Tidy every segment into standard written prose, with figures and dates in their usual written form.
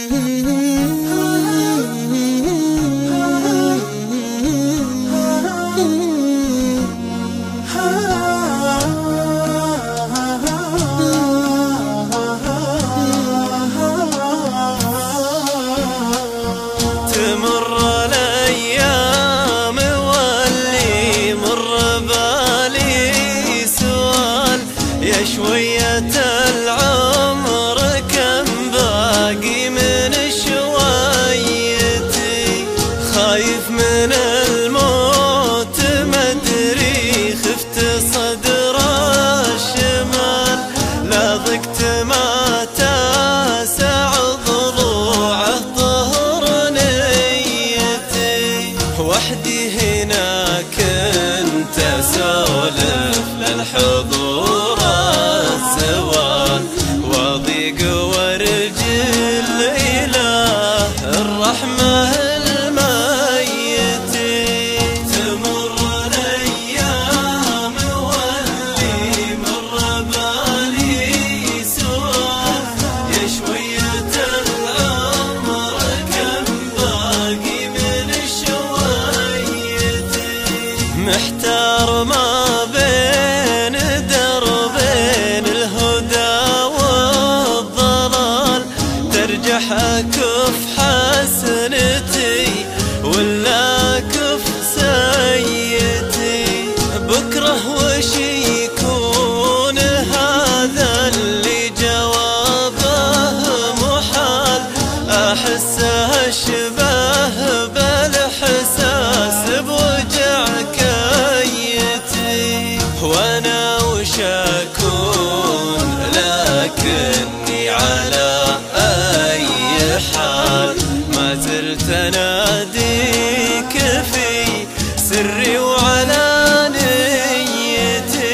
تمر الأيام واللي مر بالي سؤال، يا شوية العمر كم باقي من شويتي، خايف من الموت مدري خفت صدر الشمال، لا ضقت ما تاسع ضلوعه ظهر نيتي، وحدي هنا كنت اسولف للحضور الزوال، واضيق وارجل اله الرحمه الميتي. تمر الايام واللي مر بالي سؤال، يا شويه العمر كم باقي من شويتي، محتار ما بين دربين الهدى والضلال، ترجح أكف حسنتي ولا أكف سيتي، بكره وش يكون هذا اللي جوابه محال، أحسه أشبه بالإحساس بوجع كيتي، وأنا وش أكون لكني على أي حال، ما زلت أناديك في سري وعلانيتي.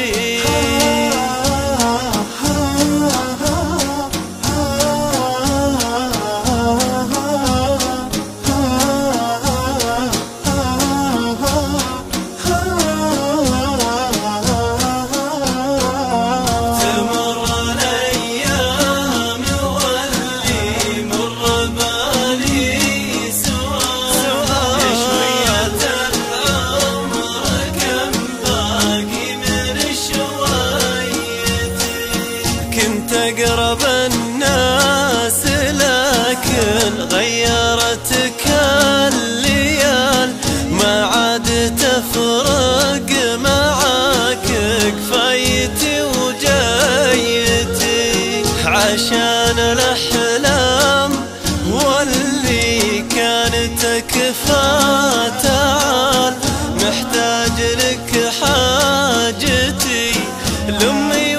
كنت أقرب الناس لكن غيرتك الليال، ما عاد تفرق معاك كفايتي وجايتي، عشان الأحلام واللي كانت تكفى تعال، محتاج لك حاجتي لأمي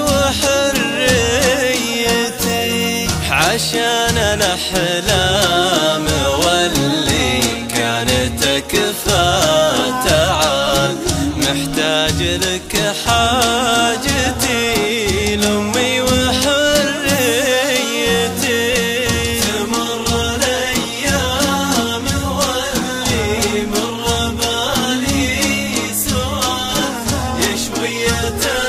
وحريتي، عشان الأحلام واللي كانت تكفى تعال، محتاج لك حاجتي لأمي وحريتي. تمر الأيام واللي مر بالي سؤال، يا شوية